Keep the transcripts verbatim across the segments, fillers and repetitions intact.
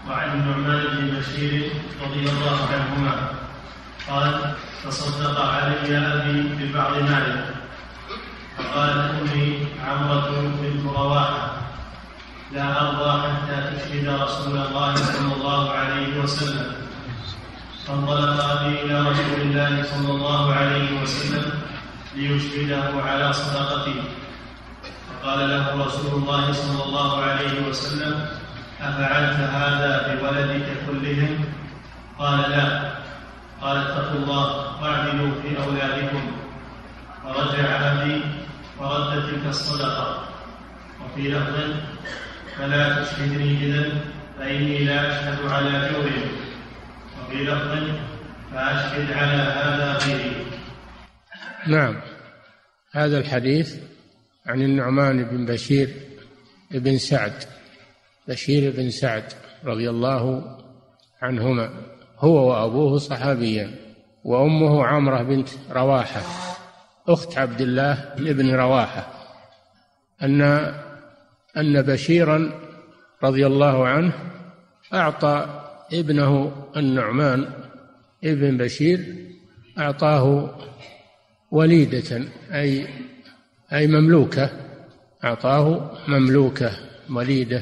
وعن النعمان بن بشير رضي الله عنهما قال: تصدق علي أبي ببعض ماله، فقالت أمي عمرة بنت رواحة: لا أرضى حتى تشهد رسول الله صلى الله عليه وسلم. فانطلق أبي إلى رسول الله صلى الله عليه وسلم ليشهده على صدقتي، فقال له رسول الله صلى الله عليه وسلم: أفعلت هذا بولدك كلهم؟ قال: لا. قال: اتقوا الله واعدلوا في أولادكم. فرجع أبي ورد تلك الصدقة. وفي لفظ: فلا تشهدني إذن فإني لا أشهد على جور. وفي لفظ: فأشهد على هذا غيري. نعم. هذا الحديث عن النعمان بن بشير بن سعد بشير بن سعد رضي الله عنهما، هو وأبوه صحابيان، وأمه عمرة بنت رواحة أخت عبد الله بن رواحة، أن أن بشيرا رضي الله عنه أعطى ابنه النعمان ابن بشير، أعطاه وليدة أي أي مملوكة، أعطاه مملوكة وليدة.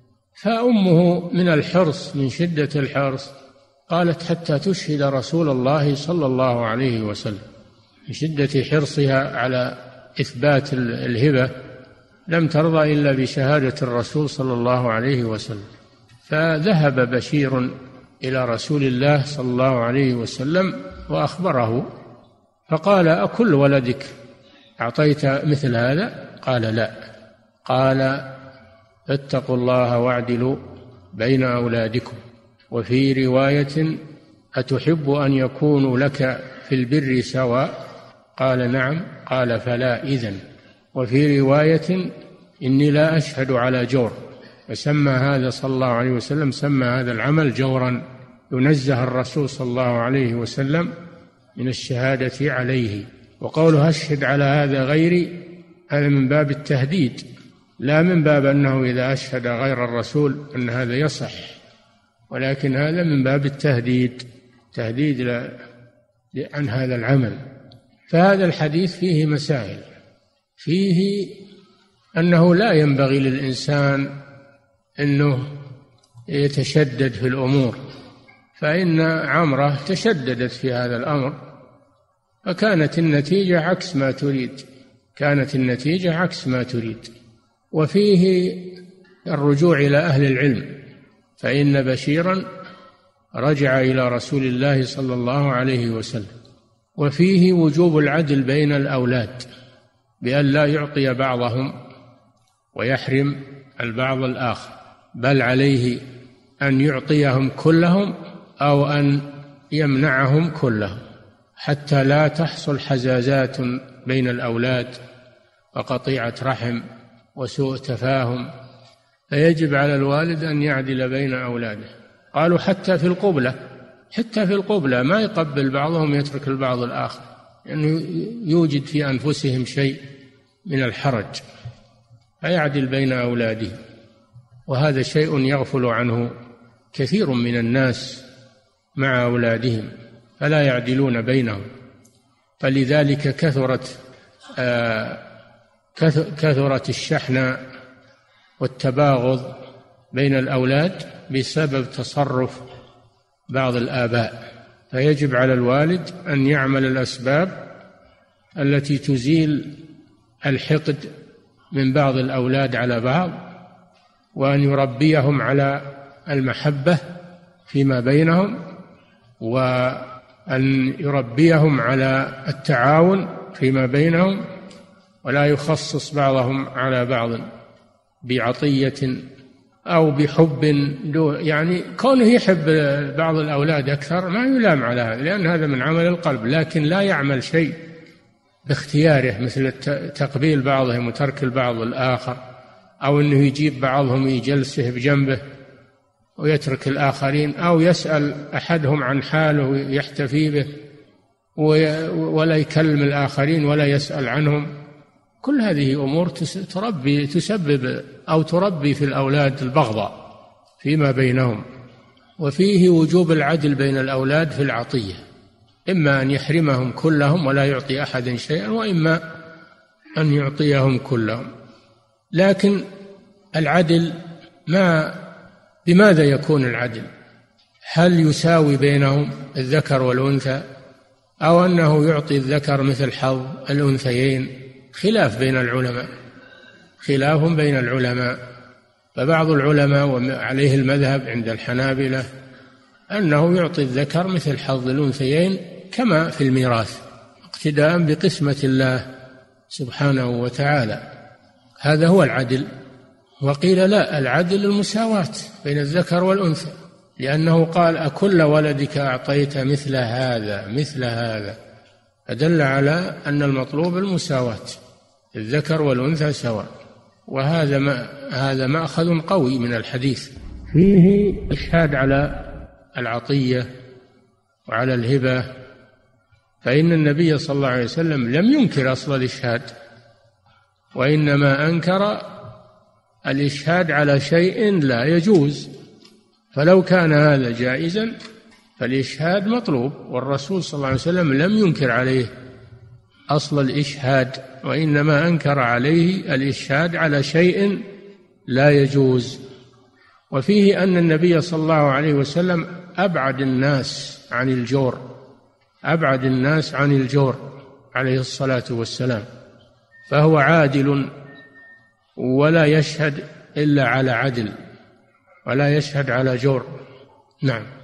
فأمه من الحرص، من شدة الحرص، قالت: حتى تشهد رسول الله صلى الله عليه وسلم. من شدة حرصها على إثبات الهبة لم ترضى إلا بشهادة الرسول صلى الله عليه وسلم. فذهب بشير إلى رسول الله صلى الله عليه وسلم وأخبره، فقال: أكل ولدك أعطيت مثل هذا؟ قال: لا. قال: فاتقوا الله واعدلوا بين أولادكم. وفي رواية: أتحب أن يكونوا لك في البر سواء؟ قال: نعم. قال: فلا إذن. وفي رواية: إني لا أشهد على جور. فسمى هذا صلى الله عليه وسلم سمى هذا العمل جورا، ينزه الرسول صلى الله عليه وسلم من الشهادة عليه. وقوله: أشهد على هذا غيري، هذا من باب التهديد، لا من باب أنه إذا أشهد غير الرسول أن هذا يصح، ولكن هذا من باب التهديد، تهديد عن هذا العمل. فهذا الحديث فيه مسائل. فيه أنه لا ينبغي للإنسان أنه يتشدد في الأمور، فإن عمرة تشددت في هذا الأمر فكانت النتيجة عكس ما تريد كانت النتيجة عكس ما تريد. وفيه الرجوع إلى أهل العلم، فإن بشيرا رجع إلى رسول الله صلى الله عليه وسلم. وفيه وجوب العدل بين الأولاد، بأن لا يعطي بعضهم ويحرم البعض الآخر، بل عليه أن يعطيهم كلهم أو أن يمنعهم كلهم، حتى لا تحصل حزازات بين الأولاد وقطيعة رحم وسوء تفاهم. فيجب على الوالد أن يعدل بين أولاده. قالوا حتى في القبلة حتى في القبلة ما يقبل بعضهم يترك البعض الآخر، لأنه يعني يوجد في أنفسهم شيء من الحرج، فيعدل بين أولاده. وهذا شيء يغفل عنه كثير من الناس مع أولادهم، فلا يعدلون بينهم. فلذلك كثرت آه كثرت الشحنة والتباغض بين الأولاد بسبب تصرف بعض الآباء. فيجب على الوالد أن يعمل الأسباب التي تزيل الحقد من بعض الأولاد على بعض، وأن يربيهم على المحبة فيما بينهم، وأن يربيهم على التعاون فيما بينهم، ولا يخصص بعضهم على بعض بعطية أو بحب. يعني كونه يحب بعض الأولاد أكثر ما يلام على هذا، لأن هذا من عمل القلب، لكن لا يعمل شيء باختياره مثل تقبيل بعضهم وترك البعض الآخر، أو أنه يجيب بعضهم يجلسه بجنبه ويترك الآخرين، أو يسأل أحدهم عن حاله ويحتفي به ولا يكلم الآخرين ولا يسأل عنهم. كل هذه أمور تربي تسبب أو تربي في الأولاد البغضاء فيما بينهم. وفيه وجوب العدل بين الأولاد في العطية، إما أن يحرمهم كلهم ولا يعطي أحد شيئا، وإما أن يعطيهم كلهم. لكن العدل ما بماذا يكون العدل؟ هل يساوي بينهم الذكر والأنثى، أو أنه يعطي الذكر مثل حظ الأنثيين؟ خلاف بين العلماء، خلاف بين العلماء. فبعض العلماء وعليه المذهب عند الحنابلة أنه يعطي الذكر مثل حظ الأنثيين كما في الميراث، اقتداء بقسمة الله سبحانه وتعالى. هذا هو العدل. وقيل لا، العدل المساواة بين الذكر والأنثى، لأنه قال أكل ولدك أعطيت مثل هذا مثل هذا، فدل على أن المطلوب المساواة، الذكر والأنثى سواء. وهذا ما هذا مأخذ قوي من الحديث، فيه إشهاد على العطية وعلى الهبة، فإن النبي صلى الله عليه وسلم لم ينكر أصل الإشهاد، وإنما أنكر الإشهاد على شيء لا يجوز. فلو كان هذا جائزا فالإشهاد مطلوب، والرسول صلى الله عليه وسلم لم ينكر عليه أصل الإشهاد، وإنما أنكر عليه الإشهاد على شيء لا يجوز. وفيه أن النبي صلى الله عليه وسلم أبعد الناس عن الجور، أبعد الناس عن الجور عليه الصلاة والسلام، فهو عادل ولا يشهد إلا على عدل، ولا يشهد على جور. نعم.